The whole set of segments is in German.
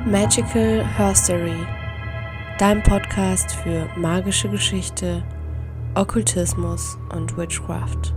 Magical Herstory, dein Podcast für magische Geschichte, Okkultismus und Witchcraft.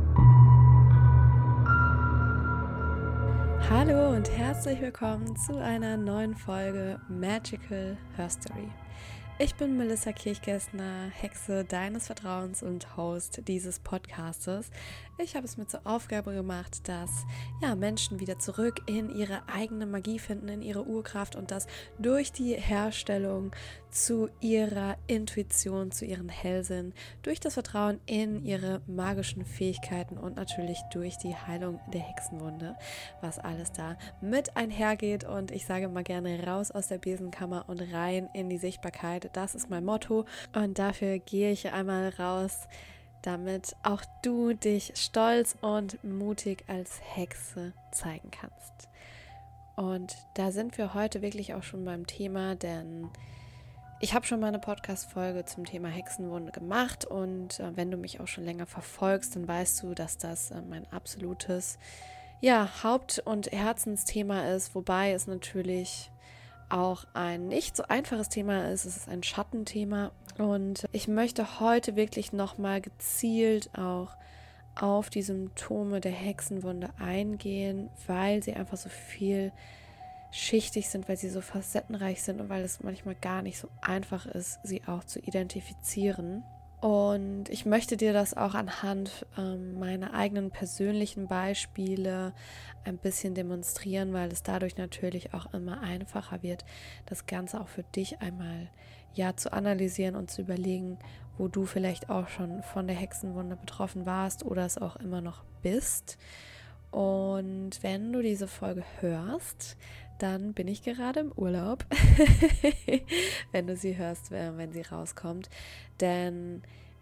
Hallo und herzlich willkommen zu einer neuen Folge Magical Herstory. Ich bin Melissa Kirchgessner, Hexe deines Vertrauens und Host dieses Podcastes. Ich habe es mir zur Aufgabe gemacht, dass Menschen wieder zurück in ihre eigene Magie finden, in ihre Urkraft und das durch die Herstellung zu ihrer Intuition, zu ihren Hellsinn, durch das Vertrauen in ihre magischen Fähigkeiten und natürlich durch die Heilung der Hexenwunde, was alles da mit einhergeht. Und ich sage mal gerne raus aus der Besenkammer und rein in die Sichtbarkeit. Das ist mein Motto und dafür gehe ich einmal raus, damit auch du dich stolz und mutig als Hexe zeigen kannst. Und da sind wir heute wirklich auch schon beim Thema, denn ich habe schon mal eine Podcast-Folge zum Thema Hexenwunde gemacht und wenn du mich auch schon länger verfolgst, dann weißt du, dass das mein absolutes Haupt- und Herzensthema ist, wobei es natürlich auch ein nicht so einfaches Thema ist. Es ist ein Schattenthema und ich möchte heute wirklich nochmal gezielt auch auf die Symptome der Hexenwunde eingehen, weil sie einfach so vielschichtig sind, weil sie so facettenreich sind und weil es manchmal gar nicht so einfach ist, sie auch zu identifizieren. Und ich möchte dir das auch anhand meiner eigenen persönlichen Beispiele ein bisschen demonstrieren, weil es dadurch natürlich auch immer einfacher wird, das Ganze auch für dich einmal zu analysieren und zu überlegen, wo du vielleicht auch schon von der Hexenwunde betroffen warst oder es auch immer noch bist. Und wenn du diese Folge hörst, dann bin ich gerade im Urlaub, wenn du sie hörst, wenn sie rauskommt. Denn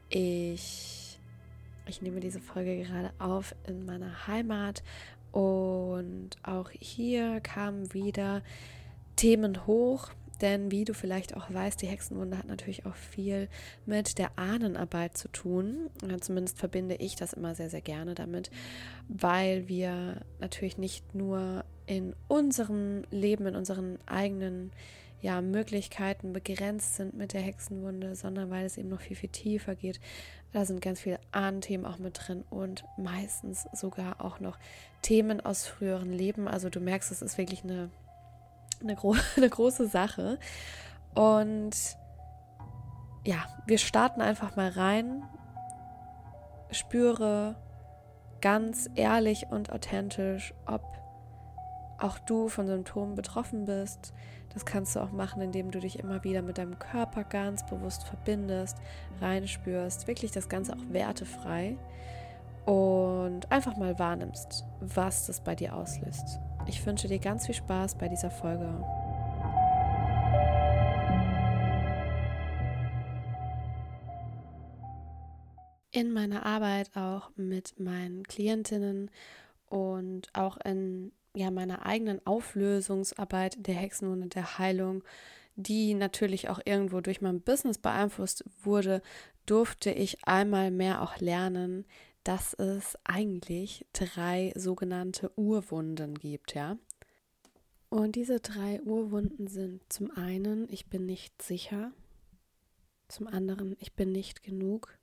ich nehme diese Folge gerade auf in meiner Heimat und auch hier kamen wieder Themen hoch. Denn wie du vielleicht auch weißt, die Hexenwunde hat natürlich auch viel mit der Ahnenarbeit zu tun. Zumindest verbinde ich das immer sehr, sehr gerne damit, weil wir natürlich nicht nur in unserem Leben, in unseren eigenen Möglichkeiten begrenzt sind mit der Hexenwunde, sondern weil es eben noch viel, viel tiefer geht. Da sind ganz viele Ahnenthemen auch mit drin und meistens sogar auch noch Themen aus früheren Leben. Also du merkst, es ist wirklich eine große Sache. Und wir starten einfach mal rein. Spüre ganz ehrlich und authentisch, ob auch du von Symptomen betroffen bist. Das kannst du auch machen, indem du dich immer wieder mit deinem Körper ganz bewusst verbindest, reinspürst, wirklich das Ganze auch wertefrei und einfach mal wahrnimmst, was das bei dir auslöst. Ich wünsche dir ganz viel Spaß bei dieser Folge. In meiner Arbeit auch mit meinen Klientinnen und auch in meiner eigenen Auflösungsarbeit der Hexenwunde, der Heilung, die natürlich auch irgendwo durch mein Business beeinflusst wurde, durfte ich einmal mehr auch lernen, dass es eigentlich 3 sogenannte Urwunden gibt, Und diese 3 Urwunden sind zum einen, ich bin nicht sicher, zum anderen, ich bin nicht genug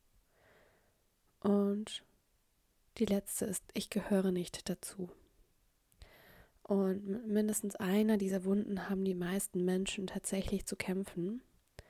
und die letzte ist, ich gehöre nicht dazu. Und mit mindestens einer dieser Wunden haben die meisten Menschen tatsächlich zu kämpfen.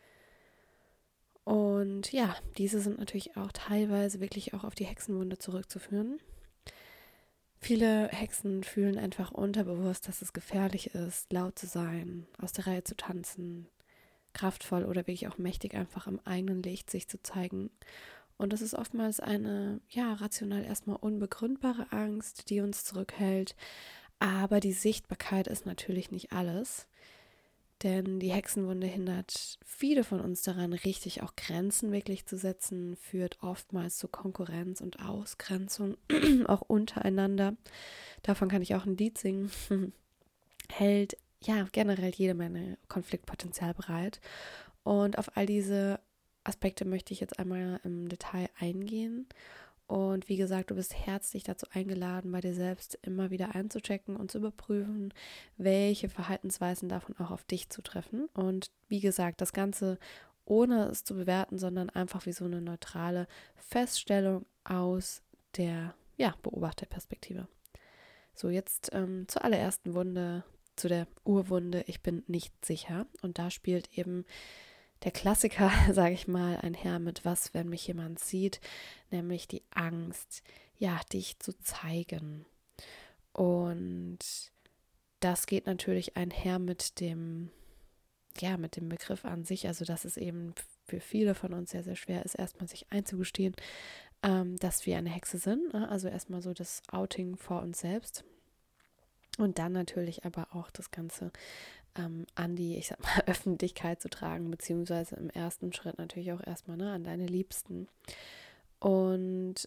Und diese sind natürlich auch teilweise wirklich auch auf die Hexenwunde zurückzuführen. Viele Hexen fühlen einfach unterbewusst, dass es gefährlich ist, laut zu sein, aus der Reihe zu tanzen, kraftvoll oder wirklich auch mächtig einfach im eigenen Licht sich zu zeigen. Und das ist oftmals eine, rational erstmal unbegründbare Angst, die uns zurückhält. Aber die Sichtbarkeit ist natürlich nicht alles. Denn die Hexenwunde hindert viele von uns daran, richtig auch Grenzen wirklich zu setzen, führt oftmals zu Konkurrenz und Ausgrenzung, auch untereinander. Davon kann ich auch ein Lied singen. Hält generell jede Menge Konfliktpotenzial bereit. Und auf all diese Aspekte möchte ich jetzt einmal im Detail eingehen Und wie gesagt, du bist herzlich dazu eingeladen, bei dir selbst immer wieder einzuchecken und zu überprüfen, welche Verhaltensweisen davon auch auf dich zutreffen. Und wie gesagt, das Ganze ohne es zu bewerten, sondern einfach wie so eine neutrale Feststellung aus der Beobachterperspektive. So, jetzt zur allerersten Wunde, zu der Urwunde, ich bin nicht sicher. Und da spielt eben der Klassiker, sage ich mal, einher mit was, wenn mich jemand sieht, nämlich die Angst, ja, dich zu zeigen. Und das geht natürlich einher mit dem Begriff an sich, also dass es eben für viele von uns sehr, sehr schwer ist, erstmal sich einzugestehen, dass wir eine Hexe sind, also erstmal so das Outing vor uns selbst und dann natürlich aber auch das Ganze an die, ich sag mal, Öffentlichkeit zu tragen, beziehungsweise im ersten Schritt natürlich auch erstmal an deine Liebsten. Und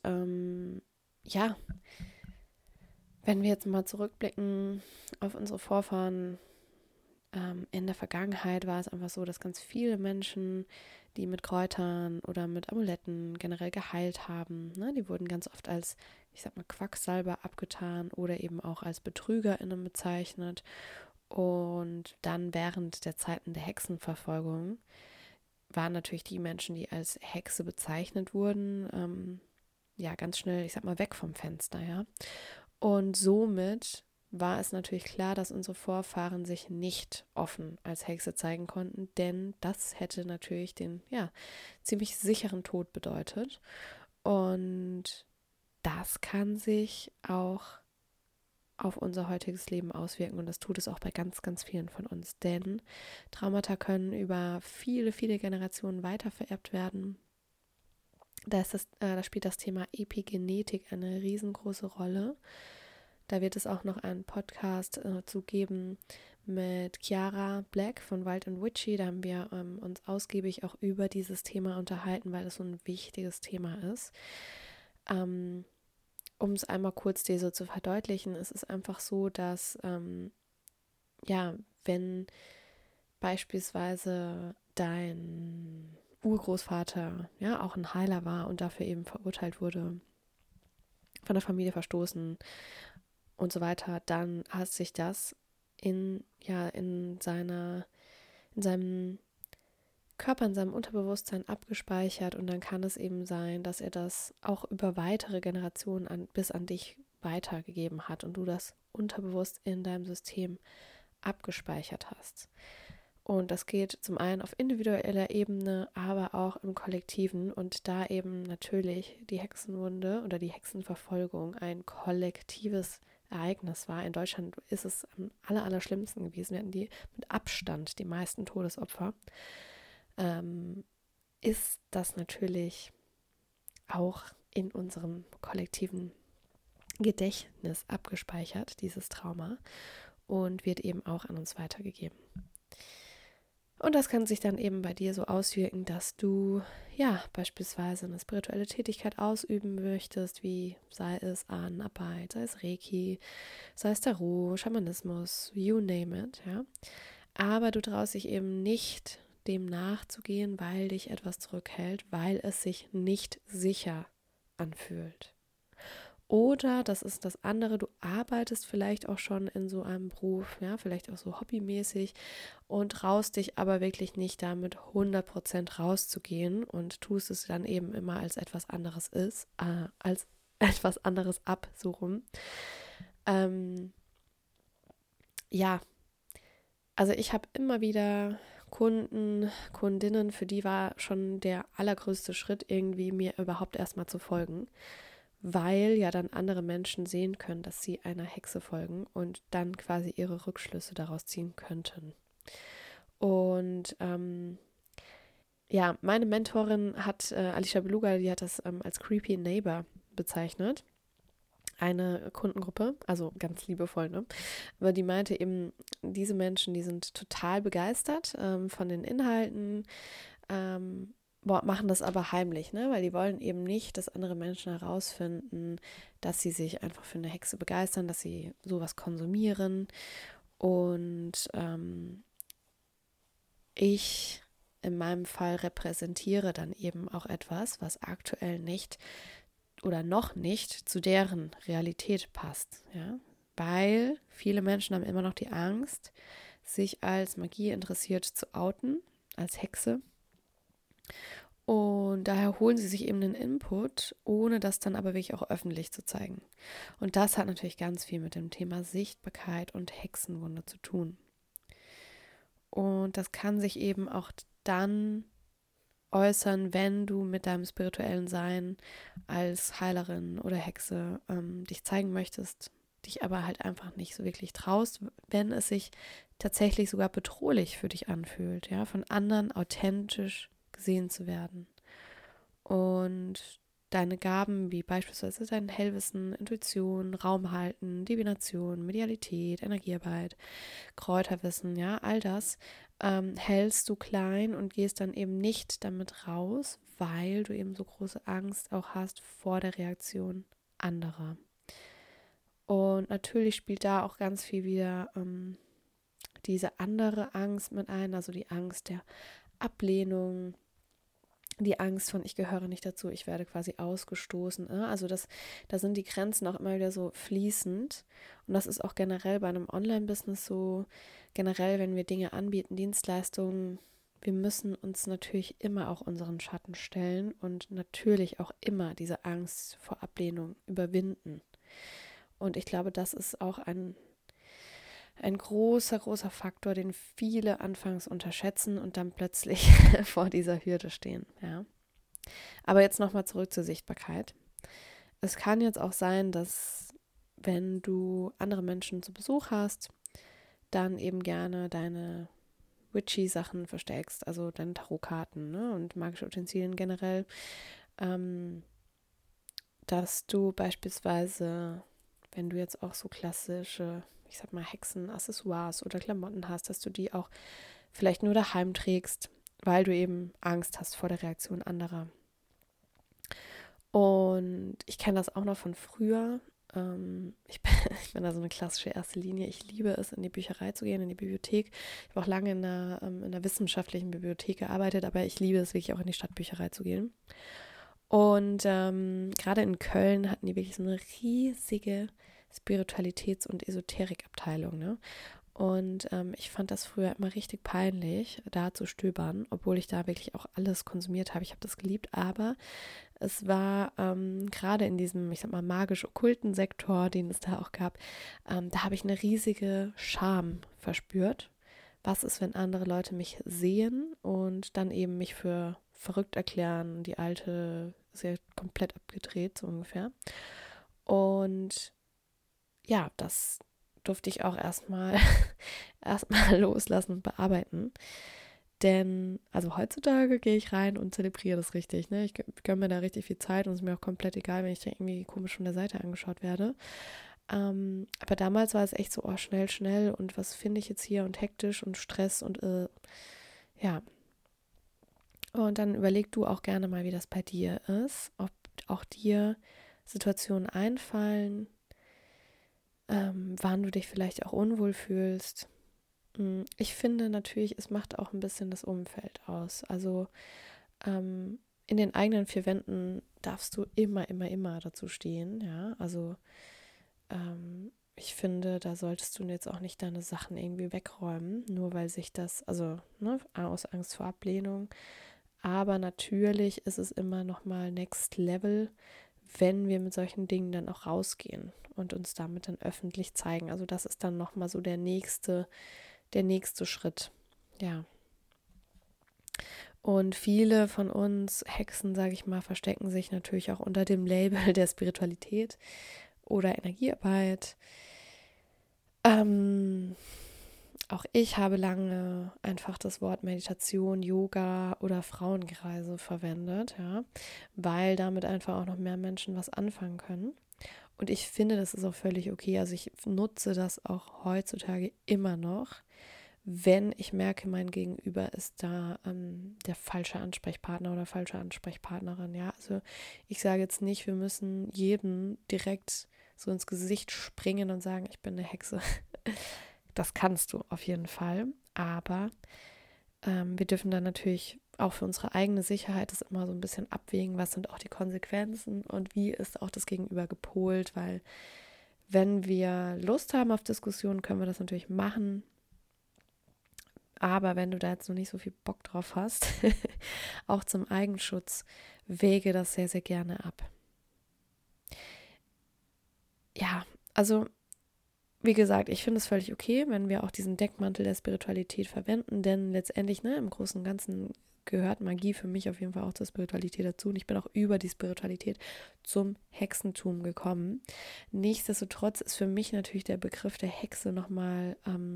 wenn wir jetzt mal zurückblicken auf unsere Vorfahren, in der Vergangenheit war es einfach so, dass ganz viele Menschen, die mit Kräutern oder mit Amuletten generell geheilt haben, ne, die wurden ganz oft als, ich sag mal, Quacksalber abgetan oder eben auch als BetrügerInnen bezeichnet. Und dann während der Zeiten der Hexenverfolgung waren natürlich die Menschen, die als Hexe bezeichnet wurden, ganz schnell, ich sag mal, weg vom Fenster, ja. Und somit war es natürlich klar, dass unsere Vorfahren sich nicht offen als Hexe zeigen konnten, denn das hätte natürlich den, ziemlich sicheren Tod bedeutet. Und das kann sich auch auf unser heutiges Leben auswirken und das tut es auch bei ganz, ganz vielen von uns, denn Traumata können über viele, viele Generationen weitervererbt werden. Da spielt das Thema Epigenetik eine riesengroße Rolle. Da wird es auch noch einen Podcast zu geben mit Chiara Black von Wild and Witchy. Da haben wir uns ausgiebig auch über dieses Thema unterhalten, weil es so ein wichtiges Thema ist. Um es einmal kurz dir so zu verdeutlichen, es ist einfach so, dass wenn beispielsweise dein Urgroßvater auch ein Heiler war und dafür eben verurteilt wurde, von der Familie verstoßen und so weiter, dann hat sich das in seinem Körper, in seinem Unterbewusstsein abgespeichert und dann kann es eben sein, dass er das auch über weitere Generationen bis an dich weitergegeben hat und du das unterbewusst in deinem System abgespeichert hast. Und das geht zum einen auf individueller Ebene, aber auch im Kollektiven und da eben natürlich die Hexenwunde oder die Hexenverfolgung ein kollektives Ereignis war. In Deutschland ist es am allerschlimmsten gewesen. Wir hatten mit Abstand die meisten Todesopfer. Ist das natürlich auch in unserem kollektiven Gedächtnis abgespeichert, dieses Trauma, und wird eben auch an uns weitergegeben. Und das kann sich dann eben bei dir so auswirken, dass du beispielsweise eine spirituelle Tätigkeit ausüben möchtest, wie sei es Ahnenarbeit, sei es Reiki, sei es Tarot, Schamanismus, you name it, ja. Aber du traust dich eben nicht, dem nachzugehen, weil dich etwas zurückhält, weil es sich nicht sicher anfühlt. Oder, das ist das andere, du arbeitest vielleicht auch schon in so einem Beruf, vielleicht auch so hobbymäßig und traust dich aber wirklich nicht damit 100% rauszugehen und tust es dann eben immer als etwas anderes als etwas anderes ab, so rum. Also ich habe immer wieder Kundinnen, für die war schon der allergrößte Schritt irgendwie, mir überhaupt erstmal zu folgen, weil ja dann andere Menschen sehen können, dass sie einer Hexe folgen und dann quasi ihre Rückschlüsse daraus ziehen könnten. Und meine Mentorin hat, Alicia Beluga, die hat das als Creepy Neighbor bezeichnet. Eine Kundengruppe, also ganz liebevoll, ne? Aber die meinte eben, diese Menschen, die sind total begeistert von den Inhalten, machen das aber heimlich, ne? Weil die wollen eben nicht, dass andere Menschen herausfinden, dass sie sich einfach für eine Hexe begeistern, dass sie sowas konsumieren. Und ich in meinem Fall repräsentiere dann eben auch etwas, was aktuell nicht oder noch nicht zu deren Realität passt, ja, weil viele Menschen haben immer noch die Angst, sich als Magie interessiert zu outen, als Hexe. Und daher holen sie sich eben den Input, ohne das dann aber wirklich auch öffentlich zu zeigen. Und das hat natürlich ganz viel mit dem Thema Sichtbarkeit und Hexenwunde zu tun. Und das kann sich eben auch dann äußern, wenn du mit deinem spirituellen Sein als Heilerin oder Hexe dich zeigen möchtest, dich aber halt einfach nicht so wirklich traust, wenn es sich tatsächlich sogar bedrohlich für dich anfühlt, ja, von anderen authentisch gesehen zu werden. Und deine Gaben, wie beispielsweise dein Hellwissen, Intuition, Raumhalten, Divination, Medialität, Energiearbeit, Kräuterwissen, ja, all das hältst du klein und gehst dann eben nicht damit raus, weil du eben so große Angst auch hast vor der Reaktion anderer. Und natürlich spielt da auch ganz viel wieder diese andere Angst mit ein, also die Angst der Ablehnung, die Angst von, ich gehöre nicht dazu, ich werde quasi ausgestoßen. Also da sind die Grenzen auch immer wieder so fließend. Und das ist auch generell bei einem Online-Business so, generell, wenn wir Dinge anbieten, Dienstleistungen, wir müssen uns natürlich immer auch unseren Schatten stellen und natürlich auch immer diese Angst vor Ablehnung überwinden. Und ich glaube, das ist auch ein großer, großer Faktor, den viele anfangs unterschätzen und dann plötzlich vor dieser Hürde stehen. Ja. Aber jetzt nochmal zurück zur Sichtbarkeit. Es kann jetzt auch sein, dass wenn du andere Menschen zu Besuch hast, dann eben gerne deine Witchy-Sachen versteckst, also deine Tarotkarten, ne, und magische Utensilien generell, dass du beispielsweise, wenn du jetzt auch so klassische, ich sag mal, Hexen-Accessoires oder Klamotten hast, dass du die auch vielleicht nur daheim trägst, weil du eben Angst hast vor der Reaktion anderer. Und ich kenne das auch noch von früher. Ich bin da so eine klassische erste Linie. Ich liebe es, in die Bücherei zu gehen, in die Bibliothek. Ich habe auch lange in einer wissenschaftlichen Bibliothek gearbeitet, aber ich liebe es wirklich auch in die Stadtbücherei zu gehen. Und gerade in Köln hatten die wirklich so eine riesige Spiritualitäts- und Esoterikabteilung, ne? Und ich fand das früher immer richtig peinlich, da zu stöbern, obwohl ich da wirklich auch alles konsumiert habe. Ich habe das geliebt, aber es war gerade in diesem, ich sag mal, magisch-okkulten Sektor, den es da auch gab, da habe ich eine riesige Scham verspürt. Was ist, wenn andere Leute mich sehen und dann eben mich für verrückt erklären? Die alte ist ja komplett abgedreht, so ungefähr. Und ja, das durfte ich auch erstmal loslassen und bearbeiten. Denn, also heutzutage gehe ich rein und zelebriere das richtig. Ne? Ich gönne mir da richtig viel Zeit und es ist mir auch komplett egal, wenn ich da irgendwie komisch von der Seite angeschaut werde. Aber damals war es echt so, oh, schnell und was finde ich jetzt hier und hektisch und Stress und ja. Und dann überleg du auch gerne mal, wie das bei dir ist, ob auch dir Situationen einfallen, wann du dich vielleicht auch unwohl fühlst. Ich finde natürlich, es macht auch ein bisschen das Umfeld aus. Also in den eigenen vier Wänden darfst du immer dazu stehen, ja. Also ich finde, da solltest du jetzt auch nicht deine Sachen irgendwie wegräumen, nur weil sich das, also ne, aus Angst vor Ablehnung. Aber natürlich ist es immer nochmal Next Level, wenn wir mit solchen Dingen dann auch rausgehen und uns damit dann öffentlich zeigen. Also das ist dann nochmal so der nächste Schritt. Ja. Und viele von uns Hexen, sage ich mal, verstecken sich natürlich auch unter dem Label der Spiritualität oder Energiearbeit. Auch ich habe lange einfach das Wort Meditation, Yoga oder Frauenkreise verwendet, ja, weil damit einfach auch noch mehr Menschen was anfangen können. Und ich finde, das ist auch völlig okay. Also ich nutze das auch heutzutage immer noch, wenn ich merke, mein Gegenüber ist da der falsche Ansprechpartner oder falsche Ansprechpartnerin. Ja, also ich sage jetzt nicht, wir müssen jedem direkt so ins Gesicht springen und sagen, ich bin eine Hexe. Das kannst du auf jeden Fall, aber wir dürfen dann natürlich auch für unsere eigene Sicherheit ist immer so ein bisschen abwägen, was sind auch die Konsequenzen und wie ist auch das Gegenüber gepolt, weil wenn wir Lust haben auf Diskussionen, können wir das natürlich machen. Aber wenn du da jetzt noch nicht so viel Bock drauf hast, auch zum Eigenschutz, wäge das sehr, sehr gerne ab. Ja, also wie gesagt, ich finde es völlig okay, wenn wir auch diesen Deckmantel der Spiritualität verwenden, denn letztendlich, im Großen und Ganzen gehört Magie für mich auf jeden Fall auch zur Spiritualität dazu und ich bin auch über die Spiritualität zum Hexentum gekommen. Nichtsdestotrotz ist für mich natürlich der Begriff der Hexe nochmal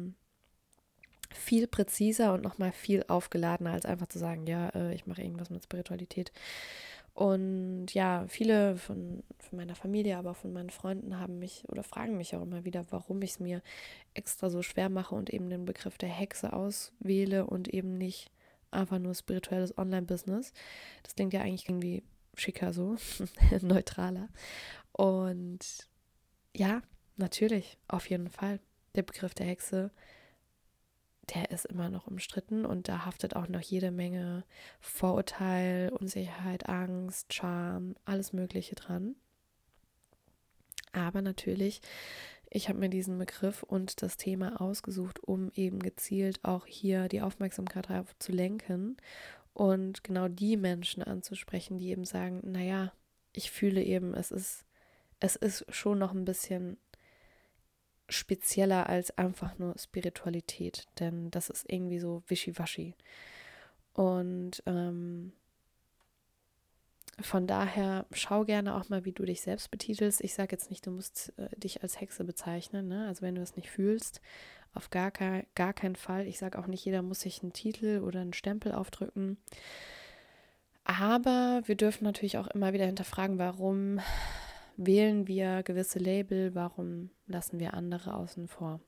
viel präziser und nochmal viel aufgeladener, als einfach zu sagen, ja, ich mache irgendwas mit Spiritualität. Und ja, viele von meiner Familie, aber auch von meinen Freunden haben mich oder fragen mich auch immer wieder, warum ich es mir extra so schwer mache und eben den Begriff der Hexe auswähle und eben nicht einfach nur spirituelles Online-Business. Das klingt ja eigentlich irgendwie schicker so, neutraler. Und ja, natürlich, auf jeden Fall. Der Begriff der Hexe, der ist immer noch umstritten und da haftet auch noch jede Menge Vorurteil, Unsicherheit, Angst, Scham, alles Mögliche dran. Aber natürlich, ich habe mir diesen Begriff und das Thema ausgesucht, um eben gezielt auch hier die Aufmerksamkeit darauf zu lenken und genau die Menschen anzusprechen, die eben sagen, naja, ich fühle eben, es ist schon noch ein bisschen spezieller als einfach nur Spiritualität, denn das ist irgendwie so wischiwaschi. Und von daher schau gerne auch mal, wie du dich selbst betitelst. Ich sage jetzt nicht, du musst dich als Hexe bezeichnen, ne? Also wenn du es nicht fühlst, auf gar keinen Fall. Ich sage auch nicht, jeder muss sich einen Titel oder einen Stempel aufdrücken. Aber wir dürfen natürlich auch immer wieder hinterfragen, warum wählen wir gewisse Label, warum lassen wir andere außen vor.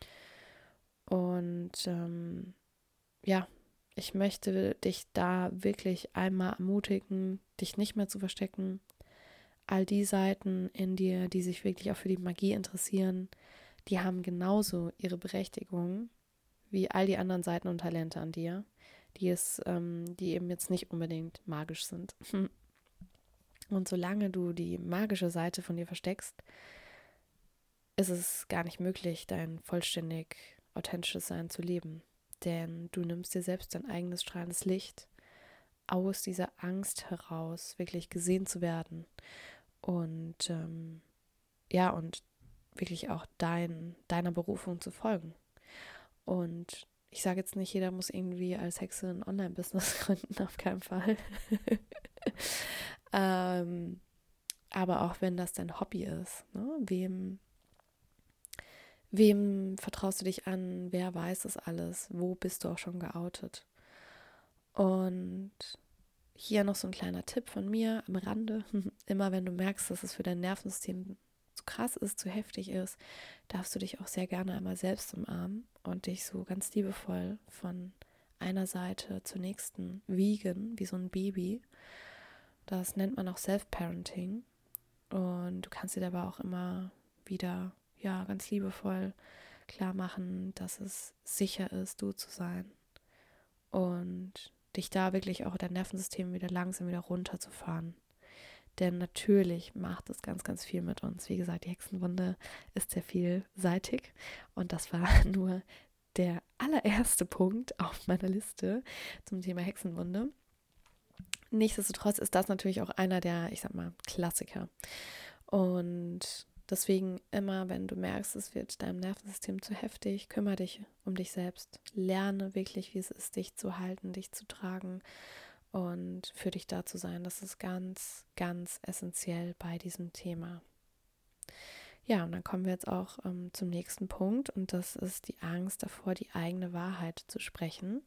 Und ja, ich möchte dich da wirklich einmal ermutigen, dich nicht mehr zu verstecken. All die Seiten in dir, die sich wirklich auch für die Magie interessieren, die haben genauso ihre Berechtigung wie all die anderen Seiten und Talente an dir, die eben jetzt nicht unbedingt magisch sind. Und solange du die magische Seite von dir versteckst, ist es gar nicht möglich, dein vollständig authentisches Sein zu leben. Denn du nimmst dir selbst dein eigenes strahlendes Licht aus dieser Angst heraus, wirklich gesehen zu werden. Und ja, und wirklich auch deiner Berufung zu folgen. Und ich sage jetzt nicht, jeder muss irgendwie als Hexe ein Online-Business gründen, auf keinen Fall. Aber auch wenn das dein Hobby ist, ne? Wem vertraust du dich an? Wer weiß das alles? Wo bist du auch schon geoutet? Und hier noch so ein kleiner Tipp von mir am Rande. Immer wenn du merkst, dass es für dein Nervensystem zu krass ist, zu heftig ist, darfst du dich auch sehr gerne einmal selbst umarmen und dich so ganz liebevoll von einer Seite zur nächsten wiegen, wie so ein Baby. Das nennt man auch Self-Parenting. Und du kannst dir dabei auch immer wieder, ja, ganz liebevoll klar machen, dass es sicher ist, du zu sein. Und dich da wirklich auch dein Nervensystem wieder langsam wieder runterzufahren. Denn natürlich macht es ganz, ganz viel mit uns. Wie gesagt, die Hexenwunde ist sehr vielseitig. Und das war nur der allererste Punkt auf meiner Liste zum Thema Hexenwunde. Nichtsdestotrotz ist das natürlich auch einer der, ich sag mal, Klassiker. Und deswegen immer, wenn du merkst, es wird deinem Nervensystem zu heftig, kümmere dich um dich selbst. Lerne wirklich, wie es ist, dich zu halten, dich zu tragen und für dich da zu sein. Das ist ganz, ganz essentiell bei diesem Thema. Ja, und dann kommen wir jetzt auch zum nächsten Punkt und das ist die Angst davor, die eigene Wahrheit zu sprechen.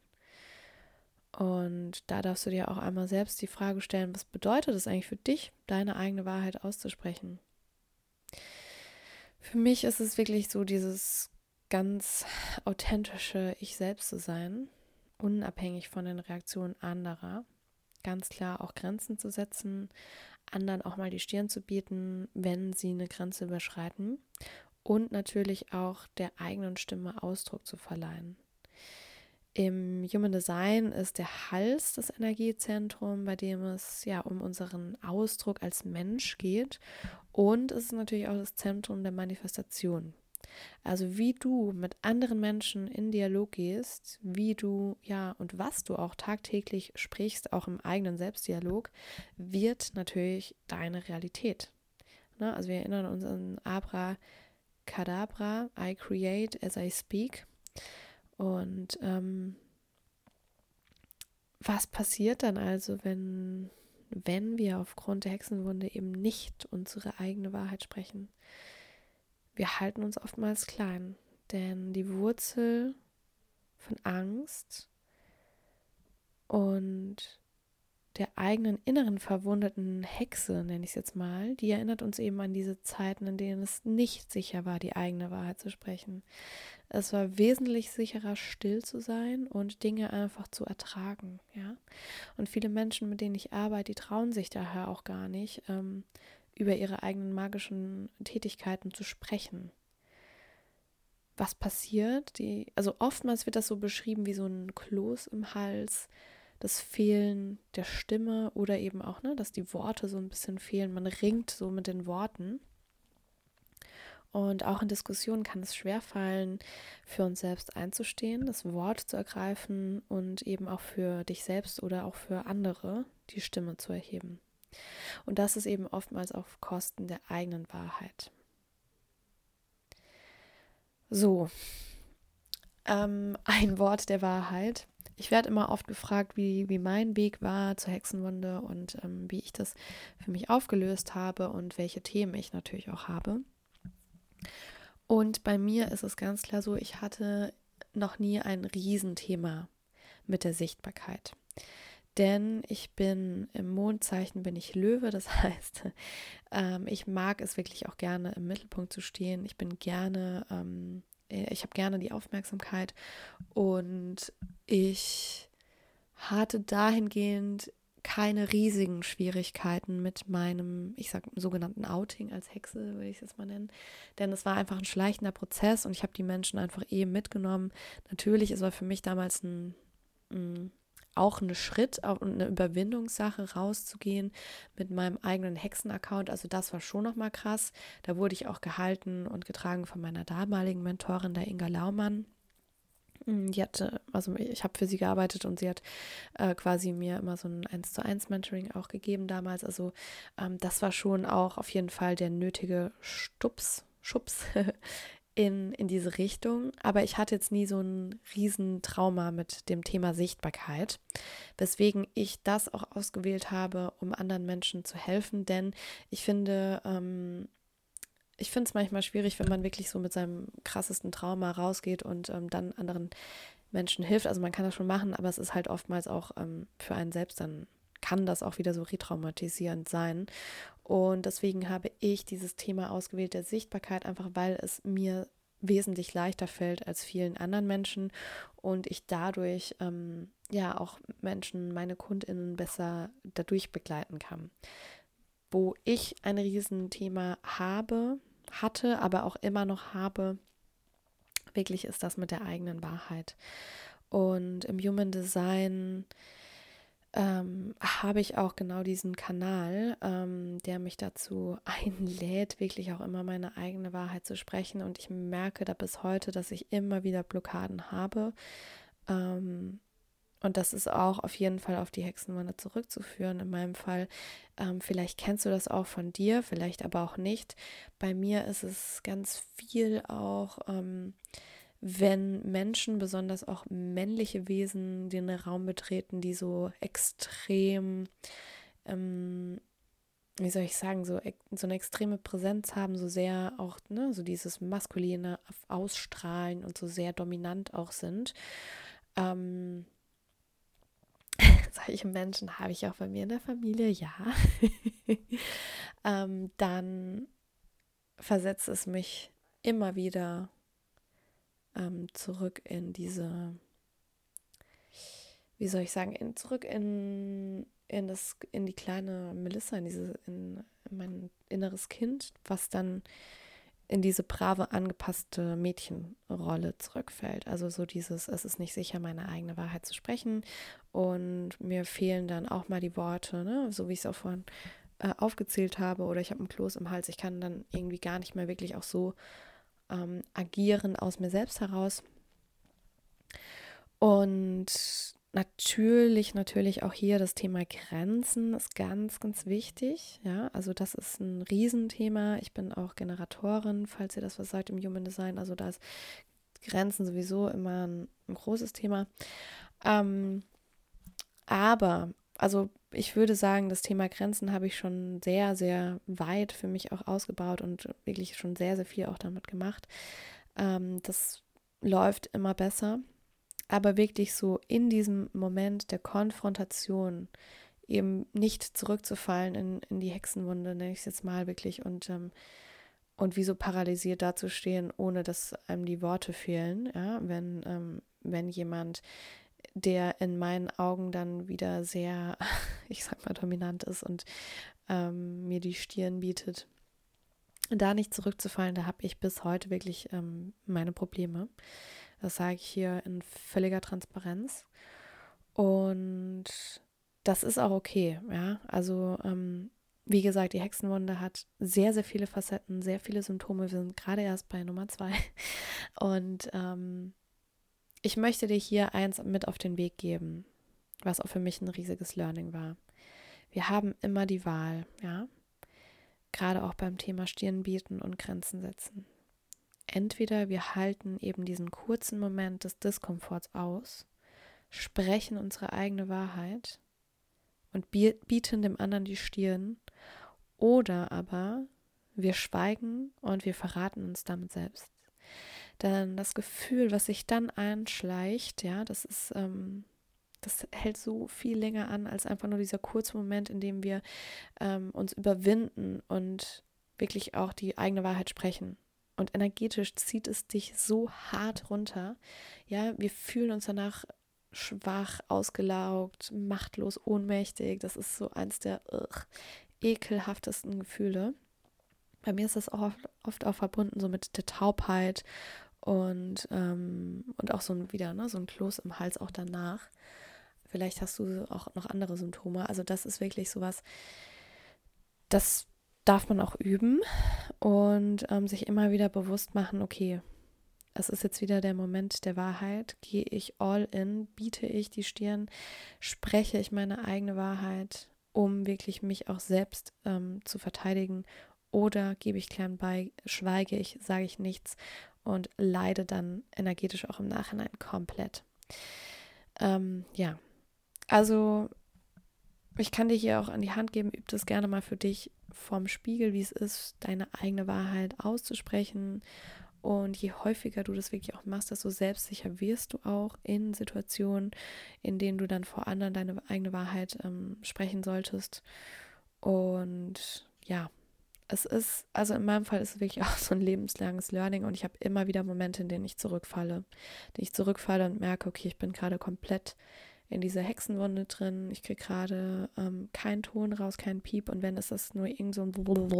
Und da darfst du dir auch einmal selbst die Frage stellen, was bedeutet es eigentlich für dich, deine eigene Wahrheit auszusprechen? Für mich ist es wirklich so dieses ganz authentische Ich selbst zu sein, unabhängig von den Reaktionen anderer. Ganz klar auch Grenzen zu setzen, anderen auch mal die Stirn zu bieten, wenn sie eine Grenze überschreiten und natürlich auch der eigenen Stimme Ausdruck zu verleihen. Im Human Design ist der Hals das Energiezentrum, bei dem es ja um unseren Ausdruck als Mensch geht. Und es ist natürlich auch das Zentrum der Manifestation. Also wie du mit anderen Menschen in Dialog gehst, wie du, ja, und was du auch tagtäglich sprichst, auch im eigenen Selbstdialog, wird natürlich deine Realität. Ne? Also wir erinnern uns an Abracadabra, I create as I speak. Und was passiert dann also, wenn wir aufgrund der Hexenwunde eben nicht unsere eigene Wahrheit sprechen? Wir halten uns oftmals klein, denn die Wurzel von Angst und der eigenen inneren verwundeten Hexe, nenne ich es jetzt mal, die erinnert uns eben an diese Zeiten, in denen es nicht sicher war, die eigene Wahrheit zu sprechen. Es war wesentlich sicherer, still zu sein und Dinge einfach zu ertragen, ja. Und viele Menschen, mit denen ich arbeite, die trauen sich daher auch gar nicht, über ihre eigenen magischen Tätigkeiten zu sprechen. Was passiert? Also oftmals wird das so beschrieben wie so ein Kloß im Hals, das Fehlen der Stimme oder eben auch, ne, dass die Worte so ein bisschen fehlen. Man ringt so mit den Worten. Und auch in Diskussionen kann es schwerfallen, für uns selbst einzustehen, das Wort zu ergreifen und eben auch für dich selbst oder auch für andere die Stimme zu erheben. Und das ist eben oftmals auf Kosten der eigenen Wahrheit. So, ein Wort der Wahrheit. Ich werde immer oft gefragt, wie mein Weg war zur Hexenwunde und wie ich das für mich aufgelöst habe und welche Themen ich natürlich auch habe. Und bei mir ist es ganz klar so, ich hatte noch nie ein Riesenthema mit der Sichtbarkeit. Denn ich bin im Mondzeichen, bin ich Löwe, das heißt, ich mag es wirklich auch gerne im Mittelpunkt zu stehen. Ich habe gerne die Aufmerksamkeit und ich hatte dahingehend keine riesigen Schwierigkeiten mit meinem, ich sag sogenannten Outing als Hexe, würde ich es jetzt mal nennen. Denn es war einfach ein schleichender Prozess und ich habe die Menschen einfach mitgenommen. Natürlich, es war für mich damals auch ein Schritt und eine Überwindungssache, rauszugehen mit meinem eigenen Hexen-Account. Also das war schon nochmal krass. Da wurde ich auch gehalten und getragen von meiner damaligen Mentorin, der Inga Laumann. Ich habe für sie gearbeitet und sie hat quasi mir immer so ein 1:1 Mentoring auch gegeben damals. Also das war schon auch auf jeden Fall der nötige Schubs in diese Richtung. Aber ich hatte jetzt nie so ein Riesentrauma mit dem Thema Sichtbarkeit, weswegen ich das auch ausgewählt habe, um anderen Menschen zu helfen. Denn ich finde es manchmal schwierig, wenn man wirklich so mit seinem krassesten Trauma rausgeht und dann anderen Menschen hilft. Also man kann das schon machen, aber es ist halt oftmals auch für einen selbst, dann kann das auch wieder so retraumatisierend sein. Und deswegen habe ich dieses Thema ausgewählt der Sichtbarkeit, einfach weil es mir wesentlich leichter fällt als vielen anderen Menschen und ich dadurch auch Menschen, meine KundInnen besser dadurch begleiten kann. Wo ich ein Riesenthema hatte, aber auch immer noch habe, wirklich ist das mit der eigenen Wahrheit. Und im Human Design habe ich auch genau diesen Kanal, der mich dazu einlädt, wirklich auch immer meine eigene Wahrheit zu sprechen. Und ich merke da bis heute, dass ich immer wieder Blockaden habe. Und das ist auch auf jeden Fall auf die Hexenwunde zurückzuführen. In meinem Fall, vielleicht kennst du das auch von dir, vielleicht aber auch nicht. Bei mir ist es ganz viel auch, wenn Menschen, besonders auch männliche Wesen, den Raum betreten, die so extrem, wie soll ich sagen, so eine extreme Präsenz haben, so sehr auch, ne, so dieses maskuline Ausstrahlen und so sehr dominant auch sind. Solche Menschen habe ich auch bei mir in der Familie, ja. Dann versetzt es mich immer wieder zurück in diese, wie soll ich sagen, zurück in die kleine Melissa, in mein inneres Kind, was dann in diese brave, angepasste Mädchenrolle zurückfällt. Also so dieses, es ist nicht sicher, meine eigene Wahrheit zu sprechen und mir fehlen dann auch mal die Worte, ne? So wie ich es auch vorhin aufgezählt habe, oder ich habe einen Kloß im Hals. Ich kann dann irgendwie gar nicht mehr wirklich auch so agieren aus mir selbst heraus. Und natürlich auch hier das Thema Grenzen ist ganz, ganz wichtig. Ja, also das ist ein Riesenthema. Ich bin auch Generatorin, falls ihr das was sagt im Human Design. Also da ist Grenzen sowieso immer ein großes Thema. Aber, also ich würde sagen, das Thema Grenzen habe ich schon sehr, sehr weit für mich auch ausgebaut und wirklich schon sehr, sehr viel auch damit gemacht. Das läuft immer besser. Aber wirklich so in diesem Moment der Konfrontation eben nicht zurückzufallen in die Hexenwunde, nenne ich es jetzt mal wirklich, und wie so paralysiert dazustehen, ohne dass einem die Worte fehlen, ja, wenn jemand, der in meinen Augen dann wieder sehr, ich sag mal, dominant ist und mir die Stirn bietet, da nicht zurückzufallen, da habe ich bis heute wirklich meine Probleme. Das sage ich hier in völliger Transparenz. Und das ist auch okay, ja. Also, wie gesagt, die Hexenwunde hat sehr, sehr viele Facetten, sehr viele Symptome. Wir sind gerade erst bei Nummer 2. Und ich möchte dir hier eins mit auf den Weg geben, was auch für mich ein riesiges Learning war. Wir haben immer die Wahl, ja. Gerade auch beim Thema Stirn bieten und Grenzen setzen. Entweder wir halten eben diesen kurzen Moment des Diskomforts aus, sprechen unsere eigene Wahrheit und bieten dem anderen die Stirn, oder aber wir schweigen und wir verraten uns damit selbst. Denn das Gefühl, was sich dann einschleicht, ja, das hält so viel länger an als einfach nur dieser kurze Moment, in dem wir uns überwinden und wirklich auch die eigene Wahrheit sprechen. Und energetisch zieht es dich so hart runter. Ja, wir fühlen uns danach schwach, ausgelaugt, machtlos, ohnmächtig. Das ist so eins der ekelhaftesten Gefühle. Bei mir ist das auch oft auch verbunden so mit der Taubheit und auch so ein Kloß im Hals auch danach. Vielleicht hast du auch noch andere Symptome. Also das ist wirklich sowas, das darf man auch üben und sich immer wieder bewusst machen, okay, es ist jetzt wieder der Moment der Wahrheit. Gehe ich all in, biete ich die Stirn, spreche ich meine eigene Wahrheit, um wirklich mich auch selbst zu verteidigen, oder gebe ich klein bei, schweige ich, sage ich nichts und leide dann energetisch auch im Nachhinein komplett. Ja, also ich kann dir hier auch an die Hand geben, üb das gerne mal für dich vorm Spiegel, wie es ist, deine eigene Wahrheit auszusprechen. Und je häufiger du das wirklich auch machst, desto selbstsicher wirst du auch in Situationen, in denen du dann vor anderen deine eigene Wahrheit sprechen solltest. Und ja, also in meinem Fall ist es wirklich auch so ein lebenslanges Learning, und ich habe immer wieder Momente, in denen ich zurückfalle. Und merke, okay, ich bin gerade komplett in dieser Hexenwunde drin. Ich kriege gerade keinen Ton raus, keinen Piep, und wenn, ist das nur irgend so ein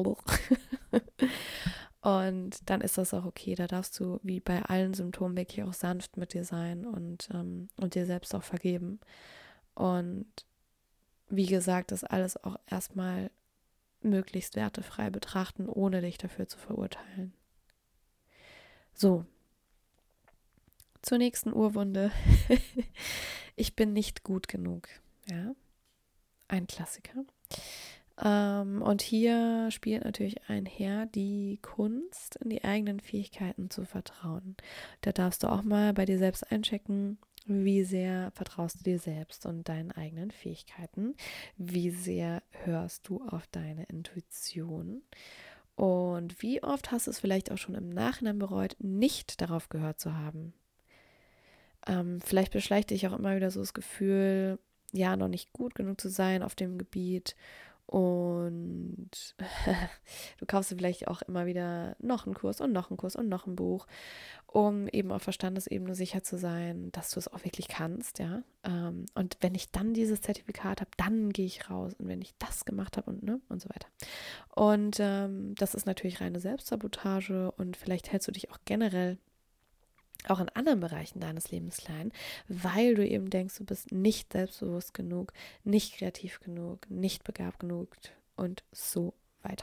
und dann ist das auch okay. Da darfst du, wie bei allen Symptomen, wirklich auch sanft mit dir sein und dir selbst auch vergeben. Und wie gesagt, das alles auch erstmal möglichst wertefrei betrachten, ohne dich dafür zu verurteilen. So, zur nächsten Urwunde. Ich bin nicht gut genug. Ja, ein Klassiker. Und hier spielt natürlich einher, die Kunst, in die eigenen Fähigkeiten zu vertrauen. Da darfst du auch mal bei dir selbst einchecken, wie sehr vertraust du dir selbst und deinen eigenen Fähigkeiten? Wie sehr hörst du auf deine Intuition? Und wie oft hast du es vielleicht auch schon im Nachhinein bereut, nicht darauf gehört zu haben? Vielleicht beschleicht dich auch immer wieder so das Gefühl, ja, noch nicht gut genug zu sein auf dem Gebiet. Und du kaufst dir vielleicht auch immer wieder noch einen Kurs und noch einen Kurs und noch ein Buch, um eben auf Verstandesebene sicher zu sein, dass du es auch wirklich kannst, ja. Und wenn ich dann dieses Zertifikat habe, dann gehe ich raus. Und wenn ich das gemacht habe und so weiter. Und das ist natürlich reine Selbstsabotage und vielleicht hältst du dich auch generell auch in anderen Bereichen deines Lebens klein, weil du eben denkst, du bist nicht selbstbewusst genug, nicht kreativ genug, nicht begabt genug und so weiter.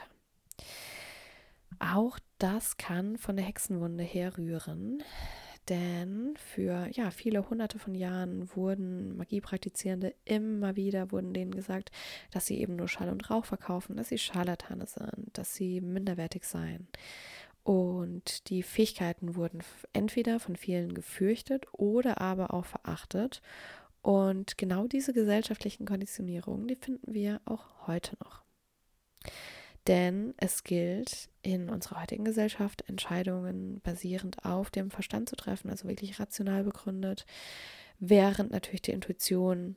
Auch das kann von der Hexenwunde herrühren, denn für viele hunderte von Jahren wurden Magiepraktizierende immer wieder, wurden denen gesagt, dass sie eben nur Schall und Rauch verkaufen, dass sie Scharlatane sind, dass sie minderwertig seien. Und die Fähigkeiten wurden entweder von vielen gefürchtet oder aber auch verachtet. Und genau diese gesellschaftlichen Konditionierungen, die finden wir auch heute noch. Denn es gilt in unserer heutigen Gesellschaft, Entscheidungen basierend auf dem Verstand zu treffen, also wirklich rational begründet, während natürlich die Intuition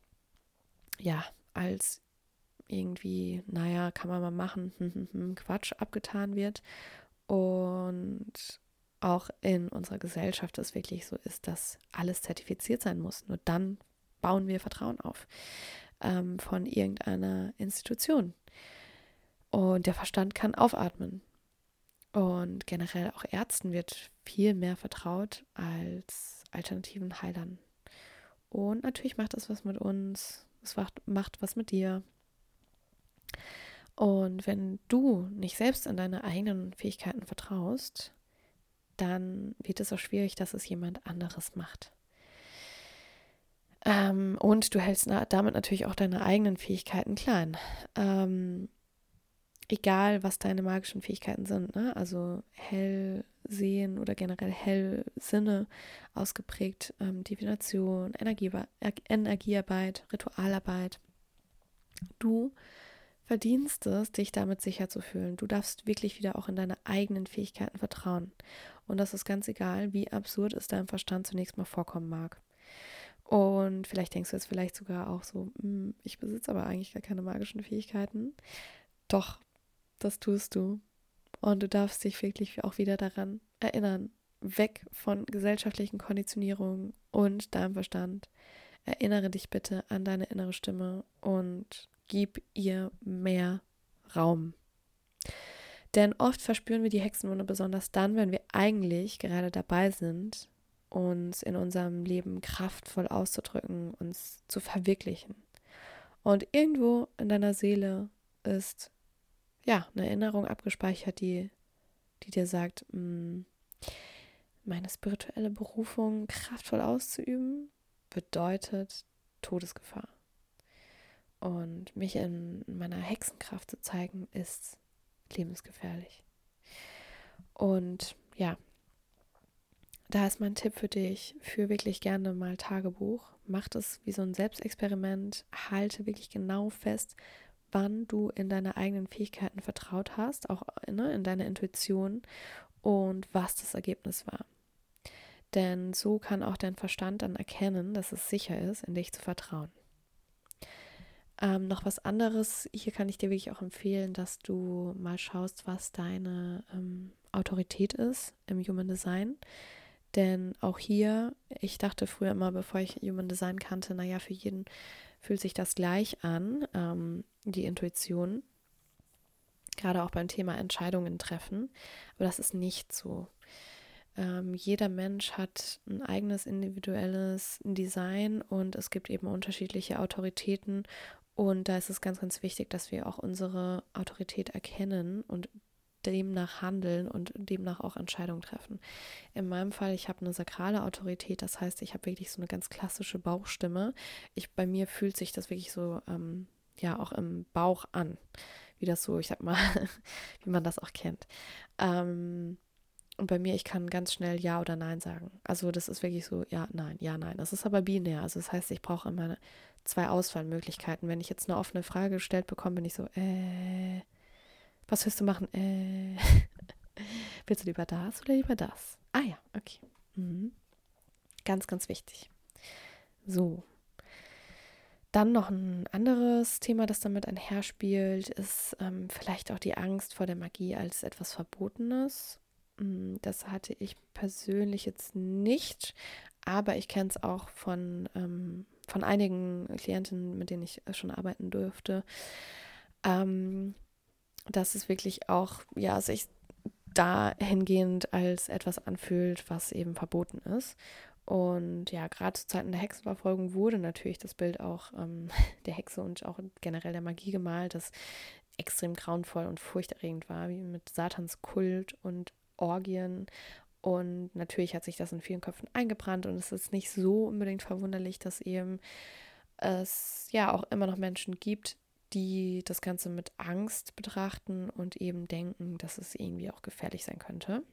als irgendwie, kann man mal machen, Quatsch abgetan wird. Und auch in unserer Gesellschaft es wirklich so ist, dass alles zertifiziert sein muss. Nur dann bauen wir Vertrauen auf von irgendeiner Institution. Und der Verstand kann aufatmen. Und generell auch Ärzten wird viel mehr vertraut als alternativen Heilern. Und natürlich macht das was mit uns, es macht was mit dir. Und wenn du nicht selbst an deine eigenen Fähigkeiten vertraust, dann wird es auch schwierig, dass es jemand anderes macht. Und du hältst damit natürlich auch deine eigenen Fähigkeiten klein. Egal, was deine magischen Fähigkeiten sind, ne? Also hell sehen oder generell hell Sinne ausgeprägt, Divination, Energiearbeit, Ritualarbeit. Du verdienst es, dich damit sicher zu fühlen. Du darfst wirklich wieder auch in deine eigenen Fähigkeiten vertrauen. Und das ist ganz egal, wie absurd es deinem Verstand zunächst mal vorkommen mag. Und vielleicht denkst du jetzt vielleicht sogar auch so, ich besitze aber eigentlich gar keine magischen Fähigkeiten. Doch, das tust du. Und du darfst dich wirklich auch wieder daran erinnern, weg von gesellschaftlichen Konditionierungen und deinem Verstand. Erinnere dich bitte an deine innere Stimme und gib ihr mehr Raum. Denn oft verspüren wir die Hexenwunde besonders dann, wenn wir eigentlich gerade dabei sind, uns in unserem Leben kraftvoll auszudrücken, uns zu verwirklichen. Und irgendwo in deiner Seele ist eine Erinnerung abgespeichert, die dir sagt, meine spirituelle Berufung kraftvoll auszuüben, bedeutet Todesgefahr. Und mich in meiner Hexenkraft zu zeigen, ist lebensgefährlich. Und da ist mein Tipp für dich, führ wirklich gerne mal Tagebuch. Mach das wie so ein Selbstexperiment. Halte wirklich genau fest, wann du in deine eigenen Fähigkeiten vertraut hast, auch in deine Intuition und was das Ergebnis war. Denn so kann auch dein Verstand dann erkennen, dass es sicher ist, in dich zu vertrauen. Noch was anderes, hier kann ich dir wirklich auch empfehlen, dass du mal schaust, was deine Autorität ist im Human Design. Denn auch hier, ich dachte früher immer, bevor ich Human Design kannte, für jeden fühlt sich das gleich an, die Intuition. Gerade auch beim Thema Entscheidungen treffen. Aber das ist nicht so. Jeder Mensch hat ein eigenes individuelles Design und es gibt eben unterschiedliche Autoritäten. Und da ist es ganz, ganz wichtig, dass wir auch unsere Autorität erkennen und demnach handeln und demnach auch Entscheidungen treffen. In meinem Fall, ich habe eine sakrale Autorität, das heißt, ich habe wirklich so eine ganz klassische Bauchstimme. Bei mir fühlt sich das wirklich so, auch im Bauch an, wie das so, ich sag mal, wie man das auch kennt. Und bei mir, ich kann ganz schnell Ja oder Nein sagen. Also das ist wirklich so, ja, nein. Das ist aber binär. Also das heißt, ich brauche immer 2 Auswahlmöglichkeiten. Wenn ich jetzt eine offene Frage gestellt bekomme, bin ich so, was willst du machen? Willst du lieber das oder lieber das? Ah ja, okay. Ganz, ganz wichtig. So. Dann noch ein anderes Thema, das damit einherspielt, ist vielleicht auch die Angst vor der Magie als etwas Verbotenes. Das hatte ich persönlich jetzt nicht, aber ich kenne es auch von einigen Klientinnen, mit denen ich schon arbeiten durfte, ähm, dass es wirklich auch, ja, sich dahingehend als etwas anfühlt, was eben verboten ist. Und ja, gerade zu Zeiten der Hexenverfolgung wurde natürlich das Bild auch der Hexe und auch generell der Magie gemalt, das extrem grauenvoll und furchterregend war, wie mit Satans Kult und Orgien. Und natürlich hat sich das in vielen Köpfen eingebrannt und es ist nicht so unbedingt verwunderlich, dass eben es ja auch immer noch Menschen gibt, die das Ganze mit Angst betrachten und eben denken, dass es irgendwie auch gefährlich sein könnte.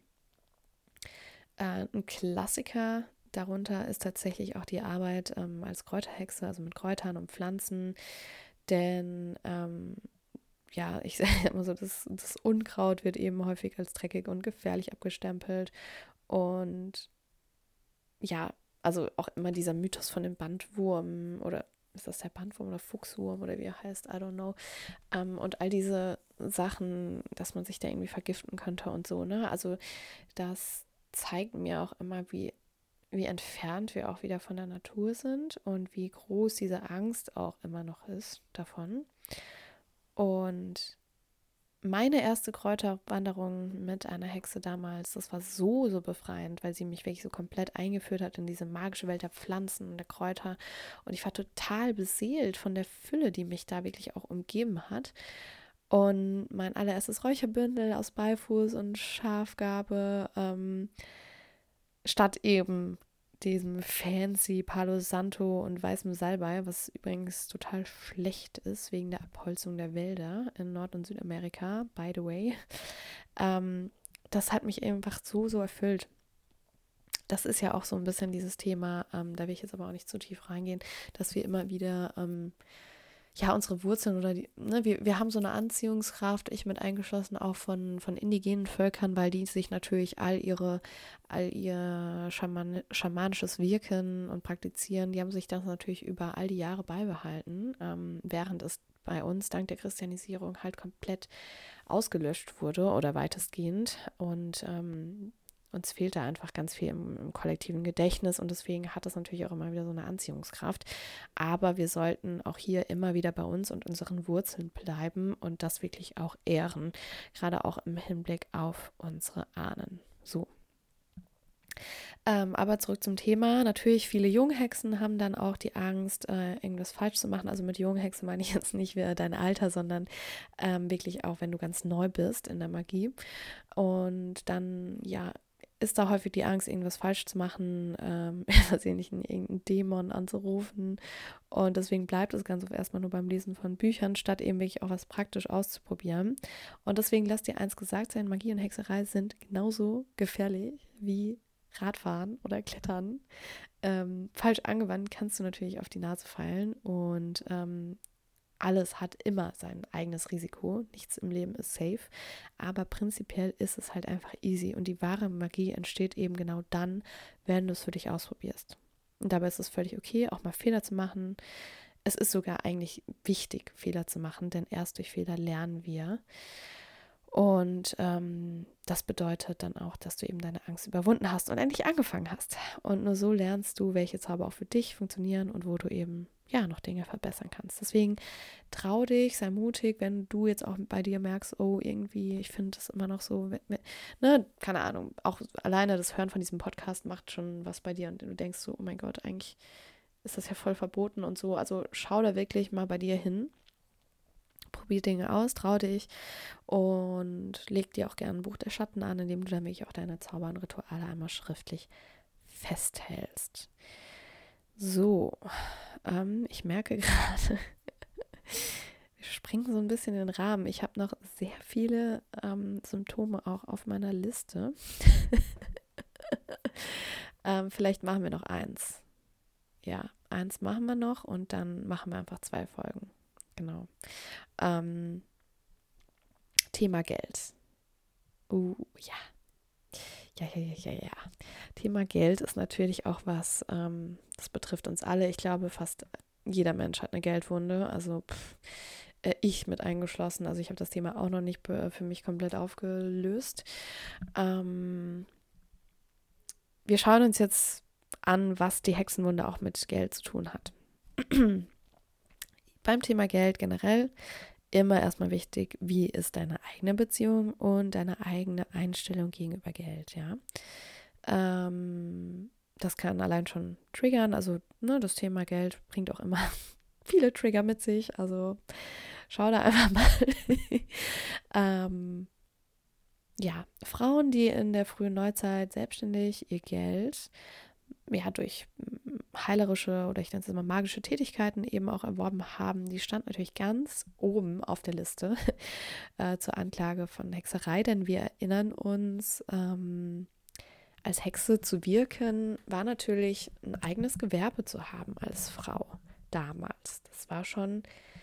Ein Klassiker darunter ist tatsächlich auch die Arbeit als Kräuterhexe, also mit Kräutern und Pflanzen, denn ja, ich sage immer so, das Unkraut wird eben häufig als dreckig und gefährlich abgestempelt und ja, also auch immer dieser Mythos von dem Bandwurm oder ist das der Bandwurm oder Fuchswurm oder wie er heißt, I don't know. Und all diese Sachen, dass man sich da irgendwie vergiften könnte und so, ne? Also das zeigt mir auch immer, wie entfernt wir auch wieder von der Natur sind und wie groß diese Angst auch immer noch ist davon. Und meine erste Kräuterwanderung mit einer Hexe damals, das war so, so befreiend, weil sie mich wirklich so komplett eingeführt hat in diese magische Welt der Pflanzen und der Kräuter. Und ich war total beseelt von der Fülle, die mich da wirklich auch umgeben hat. Und mein allererstes Räucherbündel aus Beifuß und Schafgarbe, statt eben diesem fancy Palo Santo und weißem Salbei, was übrigens total schlecht ist wegen der Abholzung der Wälder in Nord- und Südamerika, by the way. Das hat mich einfach so, so erfüllt. Das ist ja auch so ein bisschen dieses Thema, da will ich jetzt aber auch nicht zu tief reingehen, dass wir immer wieder ja, unsere Wurzeln oder wir haben so eine Anziehungskraft, ich mit eingeschlossen, auch von indigenen Völkern, weil die sich natürlich all ihr schamanisches Wirken und Praktizieren, die haben sich das natürlich über all die Jahre beibehalten, während es bei uns dank der Christianisierung halt komplett ausgelöscht wurde oder weitestgehend und uns fehlt da einfach ganz viel im kollektiven Gedächtnis und deswegen hat das natürlich auch immer wieder so eine Anziehungskraft. Aber wir sollten auch hier immer wieder bei uns und unseren Wurzeln bleiben und das wirklich auch ehren, gerade auch im Hinblick auf unsere Ahnen. So. Aber zurück zum Thema. Natürlich, viele Junghexen haben dann auch die Angst, irgendwas falsch zu machen. Also mit Junghexen meine ich jetzt nicht dein Alter, sondern wirklich auch, wenn du ganz neu bist in der Magie. Und dann, ja, ist da häufig die Angst, irgendwas falsch zu machen, versehentlich irgendeinen Dämon anzurufen. Und deswegen bleibt das Ganze erstmal nur beim Lesen von Büchern, statt eben wirklich auch was praktisch auszuprobieren. Und deswegen lass dir eins gesagt sein, Magie und Hexerei sind genauso gefährlich wie Radfahren oder Klettern. Falsch angewandt kannst du natürlich auf die Nase fallen und alles hat immer sein eigenes Risiko. Nichts im Leben ist safe. Aber prinzipiell ist es halt einfach easy. Und die wahre Magie entsteht eben genau dann, wenn du es für dich ausprobierst. Und dabei ist es völlig okay, auch mal Fehler zu machen. Es ist sogar eigentlich wichtig, Fehler zu machen, denn erst durch Fehler lernen wir. Und das bedeutet dann auch, dass du eben deine Angst überwunden hast und endlich angefangen hast. Und nur so lernst du, welche Zauber auch für dich funktionieren und wo du eben ja noch Dinge verbessern kannst. Deswegen trau dich, sei mutig, wenn du jetzt auch bei dir merkst, oh, irgendwie, ich finde das immer noch so, ne, keine Ahnung, auch alleine das Hören von diesem Podcast macht schon was bei dir und du denkst so, oh mein Gott, eigentlich ist das ja voll verboten und so. Also schau da wirklich mal bei dir hin. Probier Dinge aus, trau dich und leg dir auch gerne ein Buch der Schatten an, in dem du dann wirklich auch deine Zauber und Rituale einmal schriftlich festhältst. So, ich merke gerade, wir springen so ein bisschen den Rahmen. Ich habe noch sehr viele Symptome auch auf meiner Liste. Vielleicht machen wir noch eins. Ja, eins machen wir noch und dann machen wir einfach 2 Folgen. Genau. Thema Geld. Ja. Ja. Thema Geld ist natürlich auch was, das betrifft uns alle. Ich glaube, fast jeder Mensch hat eine Geldwunde, also ich mit eingeschlossen. Also ich habe das Thema auch noch nicht für mich komplett aufgelöst. Wir schauen uns jetzt an, was die Hexenwunde auch mit Geld zu tun hat. Beim Thema Geld generell immer erstmal wichtig, wie ist deine eigene Beziehung und deine eigene Einstellung gegenüber Geld, ja. Das kann allein schon triggern, also das Thema Geld bringt auch immer viele Trigger mit sich, also schau da einfach mal. Ja, Frauen, die in der frühen Neuzeit selbstständig ihr Geld durch heilerische oder ich nenne es mal magische Tätigkeiten eben auch erworben haben, die stand natürlich ganz oben auf der Liste zur Anklage von Hexerei, denn wir erinnern uns, als Hexe zu wirken, war natürlich ein eigenes Gewerbe zu haben als Frau damals. Das war schon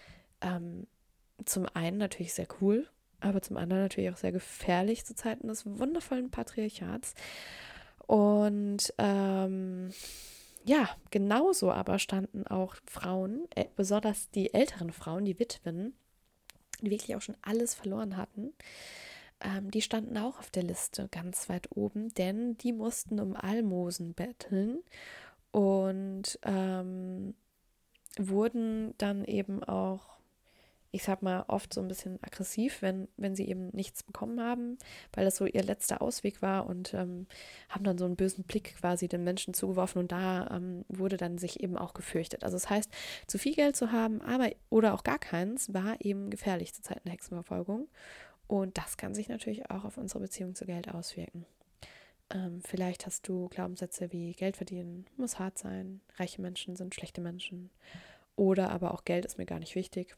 zum einen natürlich sehr cool, aber zum anderen natürlich auch sehr gefährlich zu Zeiten des wundervollen Patriarchats. Und genauso aber standen auch Frauen, besonders die älteren Frauen, die Witwen, die wirklich auch schon alles verloren hatten, die standen auch auf der Liste ganz weit oben, denn die mussten um Almosen betteln und wurden dann eben auch, ich sag mal, oft so ein bisschen aggressiv, wenn sie eben nichts bekommen haben, weil das so ihr letzter Ausweg war und haben dann so einen bösen Blick quasi den Menschen zugeworfen und da wurde dann sich eben auch gefürchtet. Also das heißt, zu viel Geld zu haben, oder auch gar keins, war eben gefährlich zu Zeiten der Hexenverfolgung und das kann sich natürlich auch auf unsere Beziehung zu Geld auswirken. Vielleicht hast du Glaubenssätze wie Geld verdienen muss hart sein, reiche Menschen sind schlechte Menschen oder aber auch Geld ist mir gar nicht wichtig.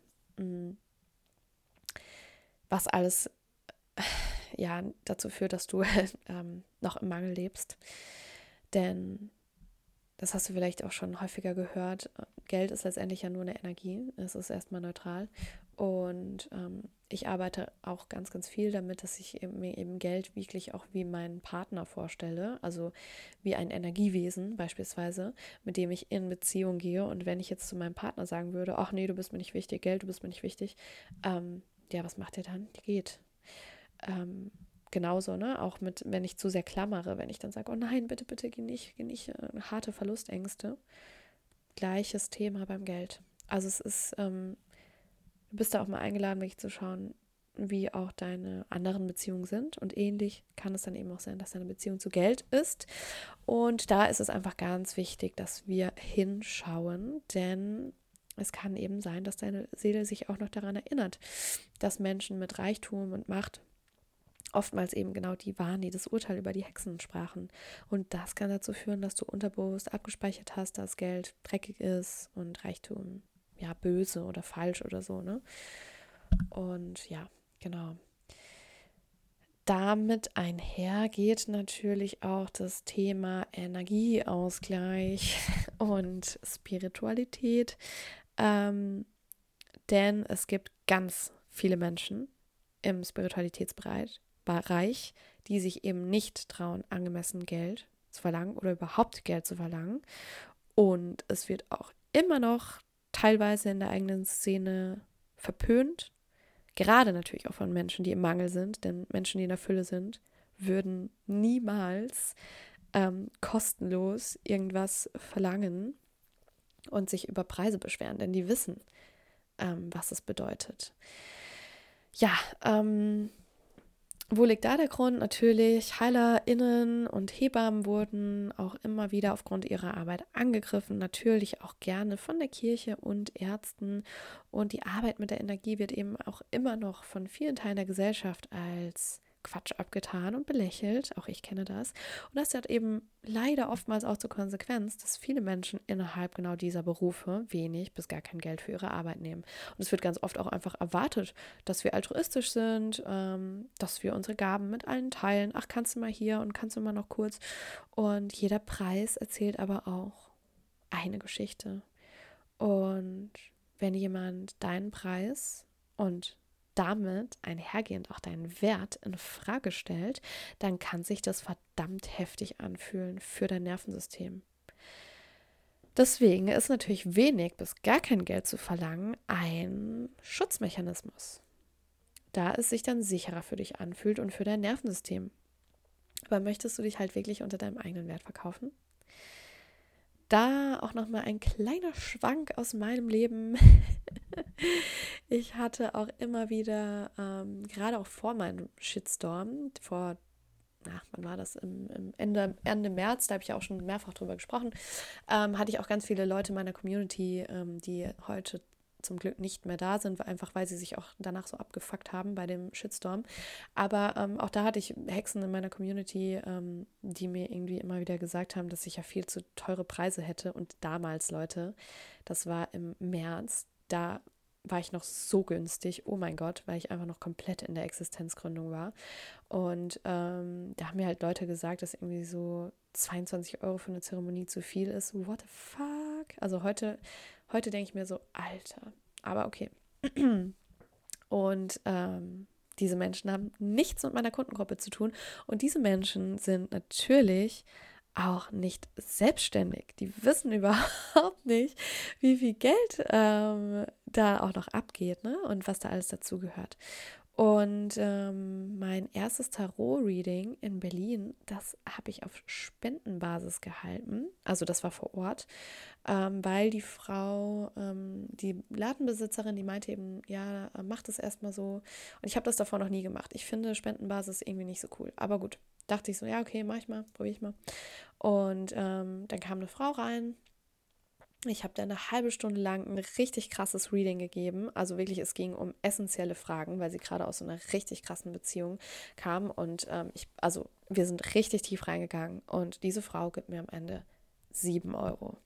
Was alles dazu führt, dass du noch im Mangel lebst. Denn, das hast du vielleicht auch schon häufiger gehört, Geld ist letztendlich ja nur eine Energie. Es ist erstmal neutral. Und ich arbeite auch ganz, ganz viel damit, dass ich mir eben Geld wirklich auch wie meinen Partner vorstelle. Also wie ein Energiewesen beispielsweise, mit dem ich in Beziehung gehe. Und wenn ich jetzt zu meinem Partner sagen würde, ach nee, du bist mir nicht wichtig, Geld, du bist mir nicht wichtig, was macht der dann? Die geht. Genauso, ne? Auch wenn ich zu sehr klammere, wenn ich dann sage, oh nein, bitte, bitte, geh nicht, harte Verlustängste. Gleiches Thema beim Geld. Also es ist, du bist da auch mal eingeladen, wirklich zu schauen, wie auch deine anderen Beziehungen sind. Und ähnlich kann es dann eben auch sein, dass deine Beziehung zu Geld ist. Und da ist es einfach ganz wichtig, dass wir hinschauen, denn es kann eben sein, dass deine Seele sich auch noch daran erinnert, dass Menschen mit Reichtum und Macht oftmals eben genau die waren, die das Urteil über die Hexen sprachen. Und das kann dazu führen, dass du unterbewusst abgespeichert hast, dass Geld dreckig ist und Reichtum böse oder falsch oder so, ne? Und ja, genau. Damit einher geht natürlich auch das Thema Energieausgleich und Spiritualität. Denn es gibt ganz viele Menschen im Spiritualitätsbereich, die sich eben nicht trauen, angemessen Geld zu verlangen oder überhaupt Geld zu verlangen. Und es wird auch immer noch teilweise in der eigenen Szene verpönt, gerade natürlich auch von Menschen, die im Mangel sind, denn Menschen, die in der Fülle sind, würden niemals kostenlos irgendwas verlangen und sich über Preise beschweren, denn die wissen, was es bedeutet. Ja, wo liegt da der Grund? Natürlich, HeilerInnen und Hebammen wurden auch immer wieder aufgrund ihrer Arbeit angegriffen, natürlich auch gerne von der Kirche und Ärzten. Und die Arbeit mit der Energie wird eben auch immer noch von vielen Teilen der Gesellschaft als Quatsch abgetan und belächelt. Auch ich kenne das. Und das hat eben leider oftmals auch zur Konsequenz, dass viele Menschen innerhalb genau dieser Berufe wenig bis gar kein Geld für ihre Arbeit nehmen. Und es wird ganz oft auch einfach erwartet, dass wir altruistisch sind, dass wir unsere Gaben mit allen teilen. Ach, kannst du mal hier und kannst du mal noch kurz. Und jeder Preis erzählt aber auch eine Geschichte. Und wenn jemand deinen Preis und damit einhergehend auch deinen Wert in Frage stellt, dann kann sich das verdammt heftig anfühlen für dein Nervensystem. Deswegen ist natürlich wenig bis gar kein Geld zu verlangen ein Schutzmechanismus, da es sich dann sicherer für dich anfühlt und für dein Nervensystem. Aber möchtest du dich halt wirklich unter deinem eigenen Wert verkaufen? Da auch nochmal ein kleiner Schwank aus meinem Leben. Ich hatte auch immer wieder, gerade auch vor meinem Shitstorm, wann war das? Im Ende März, da habe ich ja auch schon mehrfach drüber gesprochen, hatte ich auch ganz viele Leute meiner Community, die heute zum Glück nicht mehr da sind, einfach weil sie sich auch danach so abgefuckt haben bei dem Shitstorm. Aber auch da hatte ich Hexen in meiner Community, die mir irgendwie immer wieder gesagt haben, dass ich ja viel zu teure Preise hätte. Und damals, Leute, das war im März, da war ich noch so günstig, oh mein Gott, weil ich einfach noch komplett in der Existenzgründung war. Und da haben mir halt Leute gesagt, dass irgendwie so 22 Euro für eine Zeremonie zu viel ist. What the fuck? Also heute denke ich mir so, Alter, aber okay. Und diese Menschen haben nichts mit meiner Kundengruppe zu tun. Und diese Menschen sind natürlich auch nicht selbstständig. Die wissen überhaupt nicht, wie viel Geld da auch noch abgeht, ne? Und was da alles dazugehört. Und mein erstes Tarot-Reading in Berlin, das habe ich auf Spendenbasis gehalten. Also das war vor Ort, weil die Frau, die Ladenbesitzerin, die meinte eben, ja, mach das erstmal so. Und ich habe das davor noch nie gemacht. Ich finde Spendenbasis irgendwie nicht so cool. Aber gut, dachte ich so, ja, okay, mach ich mal, probiere ich mal. Und dann kam eine Frau rein. Ich habe da eine halbe Stunde lang ein richtig krasses Reading gegeben. Also wirklich, es ging um essentielle Fragen, weil sie gerade aus so einer richtig krassen Beziehung kam. Und wir sind richtig tief reingegangen. Und diese Frau gibt mir am Ende 7 Euro.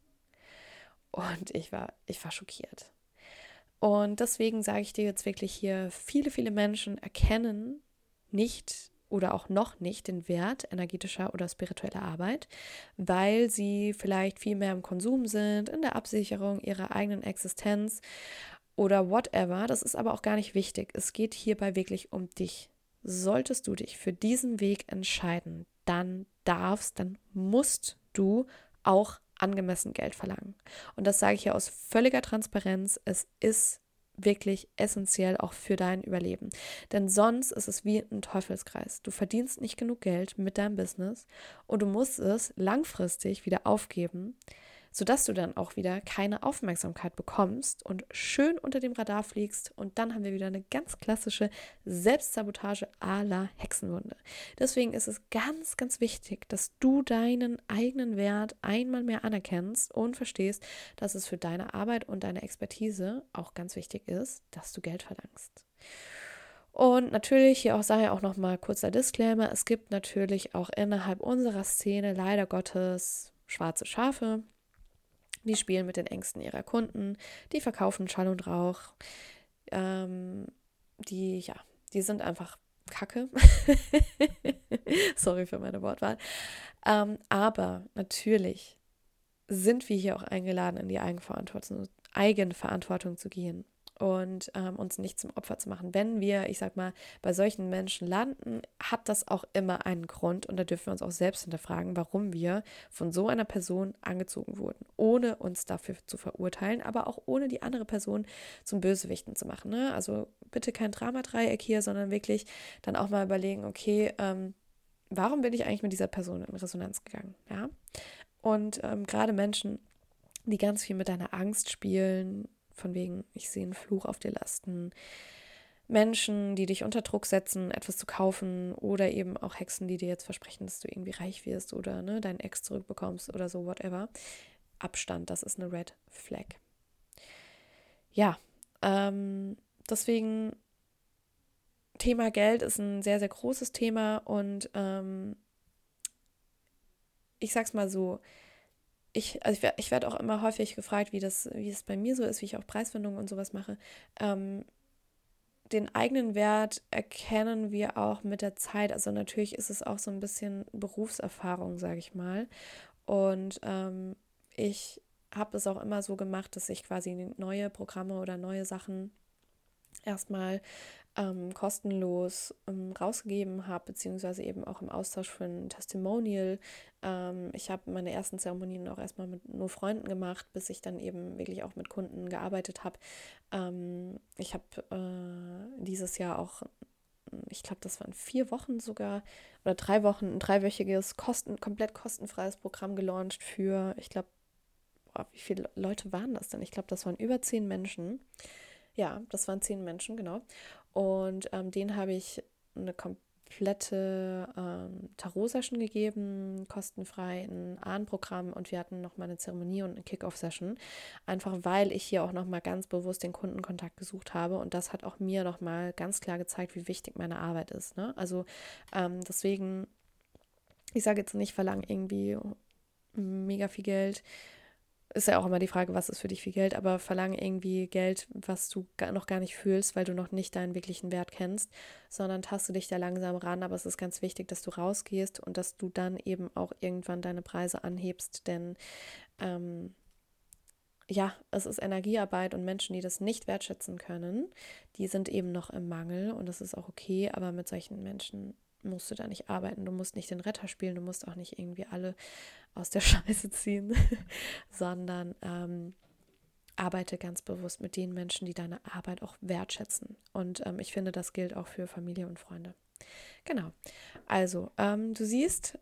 Und ich war schockiert. Und deswegen sage ich dir jetzt wirklich hier, viele, viele Menschen erkennen nicht oder auch noch nicht den Wert energetischer oder spiritueller Arbeit, weil sie vielleicht viel mehr im Konsum sind, in der Absicherung ihrer eigenen Existenz oder whatever. Das ist aber auch gar nicht wichtig. Es geht hierbei wirklich um dich. Solltest du dich für diesen Weg entscheiden, dann musst du auch angemessen Geld verlangen. Und das sage ich hier aus völliger Transparenz. Es ist wirklich essentiell auch für dein Überleben. Denn sonst ist es wie ein Teufelskreis. Du verdienst nicht genug Geld mit deinem Business und du musst es langfristig wieder aufgeben, sodass du dann auch wieder keine Aufmerksamkeit bekommst und schön unter dem Radar fliegst. Und dann haben wir wieder eine ganz klassische Selbstsabotage à la Hexenwunde. Deswegen ist es ganz, ganz wichtig, dass du deinen eigenen Wert einmal mehr anerkennst und verstehst, dass es für deine Arbeit und deine Expertise auch ganz wichtig ist, dass du Geld verlangst. Und natürlich, hier auch sei auch nochmal kurzer Disclaimer, es gibt natürlich auch innerhalb unserer Szene leider Gottes schwarze Schafe. Die spielen mit den Ängsten ihrer Kunden, die verkaufen Schall und Rauch, die sind einfach Kacke. Sorry für meine Wortwahl. Aber natürlich sind wir hier auch eingeladen, in die Eigenverantwortung zu gehen und uns nicht zum Opfer zu machen. Wenn wir, ich sag mal, bei solchen Menschen landen, hat das auch immer einen Grund und da dürfen wir uns auch selbst hinterfragen, warum wir von so einer Person angezogen wurden, ohne uns dafür zu verurteilen, aber auch ohne die andere Person zum Bösewichten zu machen. Ne? Also bitte kein Dramadreieck hier, sondern wirklich dann auch mal überlegen, okay, warum bin ich eigentlich mit dieser Person in Resonanz gegangen? Ja? Und gerade Menschen, die ganz viel mit deiner Angst spielen, von wegen, ich sehe einen Fluch auf dir lasten, Menschen, die dich unter Druck setzen, etwas zu kaufen oder eben auch Hexen, die dir jetzt versprechen, dass du irgendwie reich wirst oder ne, deinen Ex zurückbekommst oder so, whatever. Abstand, das ist eine Red Flag. Ja, deswegen Thema Geld ist ein sehr, sehr großes Thema und ich sag's mal so, ich werde auch immer häufig gefragt, wie es bei mir so ist, wie ich auch Preisfindungen und sowas mache. Den eigenen Wert erkennen wir auch mit der Zeit. Also natürlich ist es auch so ein bisschen Berufserfahrung, sage ich mal. Und ich habe es auch immer so gemacht, dass ich quasi neue Programme oder neue Sachen erstmal kostenlos rausgegeben habe, beziehungsweise eben auch im Austausch für ein Testimonial. Ich habe meine ersten Zeremonien auch erstmal mit nur Freunden gemacht, bis ich dann eben wirklich auch mit Kunden gearbeitet habe. Ich habe dieses Jahr auch, ich glaube, das waren 4 Wochen sogar oder 3 Wochen, ein dreiwöchiges, komplett kostenfreies Programm gelauncht für, ich glaube, wie viele Leute waren das denn? Ich glaube, das waren über 10 Menschen. Ja, das waren 10 Menschen, genau. Und denen habe ich eine komplette Tarot-Session gegeben, kostenfrei, ein Ahnenprogramm, und wir hatten nochmal eine Zeremonie und eine Kick-Off-Session. Einfach weil ich hier auch nochmal ganz bewusst den Kundenkontakt gesucht habe, und das hat auch mir nochmal ganz klar gezeigt, wie wichtig meine Arbeit ist. Ne? Also deswegen, ich sage jetzt nicht, verlange irgendwie mega viel Geld. Ist ja auch immer die Frage, was ist für dich viel Geld, aber verlange irgendwie Geld, was du noch gar nicht fühlst, weil du noch nicht deinen wirklichen Wert kennst, sondern taste dich da langsam ran. Aber es ist ganz wichtig, dass du rausgehst und dass du dann eben auch irgendwann deine Preise anhebst, denn ja, es ist Energiearbeit, und Menschen, die das nicht wertschätzen können, die sind eben noch im Mangel, und das ist auch okay, aber mit solchen Menschen musst du da nicht arbeiten. Du musst nicht den Retter spielen, du musst auch nicht irgendwie alle aus der Scheiße ziehen, sondern arbeite ganz bewusst mit den Menschen, die deine Arbeit auch wertschätzen. Und ich finde, das gilt auch für Familie und Freunde. Genau. Also, du siehst,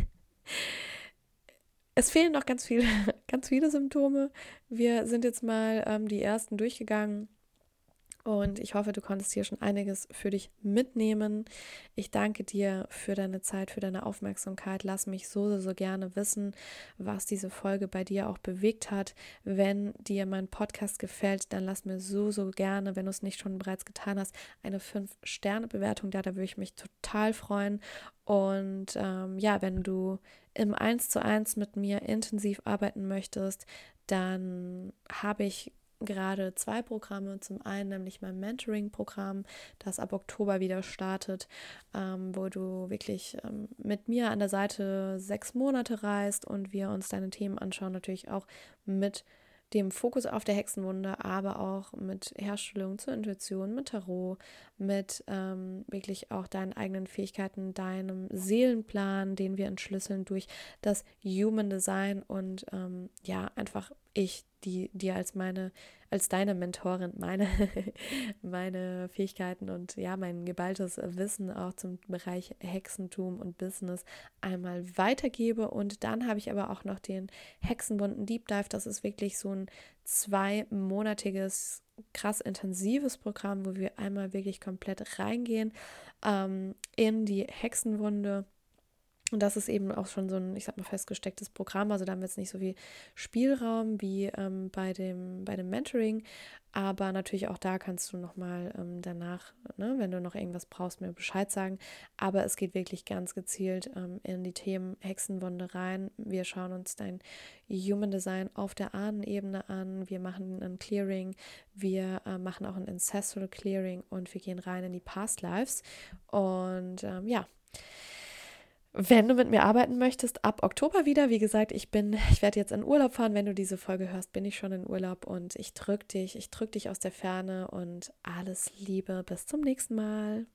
es fehlen noch ganz viele Symptome. Wir sind jetzt mal die ersten durchgegangen. Und ich hoffe, du konntest hier schon einiges für dich mitnehmen. Ich danke dir für deine Zeit, für deine Aufmerksamkeit. Lass mich so gerne wissen, was diese Folge bei dir auch bewegt hat. Wenn dir mein Podcast gefällt, dann lass mir so gerne, wenn du es nicht schon bereits getan hast, eine 5-Sterne-Bewertung da. Da würde ich mich total freuen. Und ja, wenn du im 1:1 mit mir intensiv arbeiten möchtest, dann habe ich gerade 2 Programme. Zum einen nämlich mein Mentoring-Programm, das ab Oktober wieder startet, wo du wirklich mit mir an der Seite 6 Monate reist und wir uns deine Themen anschauen, natürlich auch mit dem Fokus auf der Hexenwunde, aber auch mit Herstellung zur Intuition, mit Tarot, mit wirklich auch deinen eigenen Fähigkeiten, deinem Seelenplan, den wir entschlüsseln durch das Human Design, und ja, einfach ich, die dir als deine Mentorin meine Fähigkeiten und ja, mein geballtes Wissen auch zum Bereich Hexentum und Business einmal weitergebe. Und dann habe ich aber auch noch den Hexenwunden Deep Dive. Das ist wirklich so ein 2-monatiges, krass intensives Programm, wo wir einmal wirklich komplett reingehen in die Hexenwunde. Und das ist eben auch schon so ein, ich sag mal, festgestecktes Programm. Also da haben wir jetzt nicht so viel Spielraum wie bei dem Mentoring. Aber natürlich auch da kannst du nochmal danach, ne, wenn du noch irgendwas brauchst, mir Bescheid sagen. Aber es geht wirklich ganz gezielt in die Themen Hexenwunde rein. Wir schauen uns dein Human Design auf der Ahnenebene an. Wir machen ein Clearing. Wir machen auch ein Ancestral Clearing, und wir gehen rein in die Past Lives. Und ja, wenn du mit mir arbeiten möchtest, ab Oktober wieder. Wie gesagt, ich werde jetzt in Urlaub fahren. Wenn du diese Folge hörst, bin ich schon in Urlaub, und ich drück dich aus der Ferne, und alles Liebe. Bis zum nächsten Mal.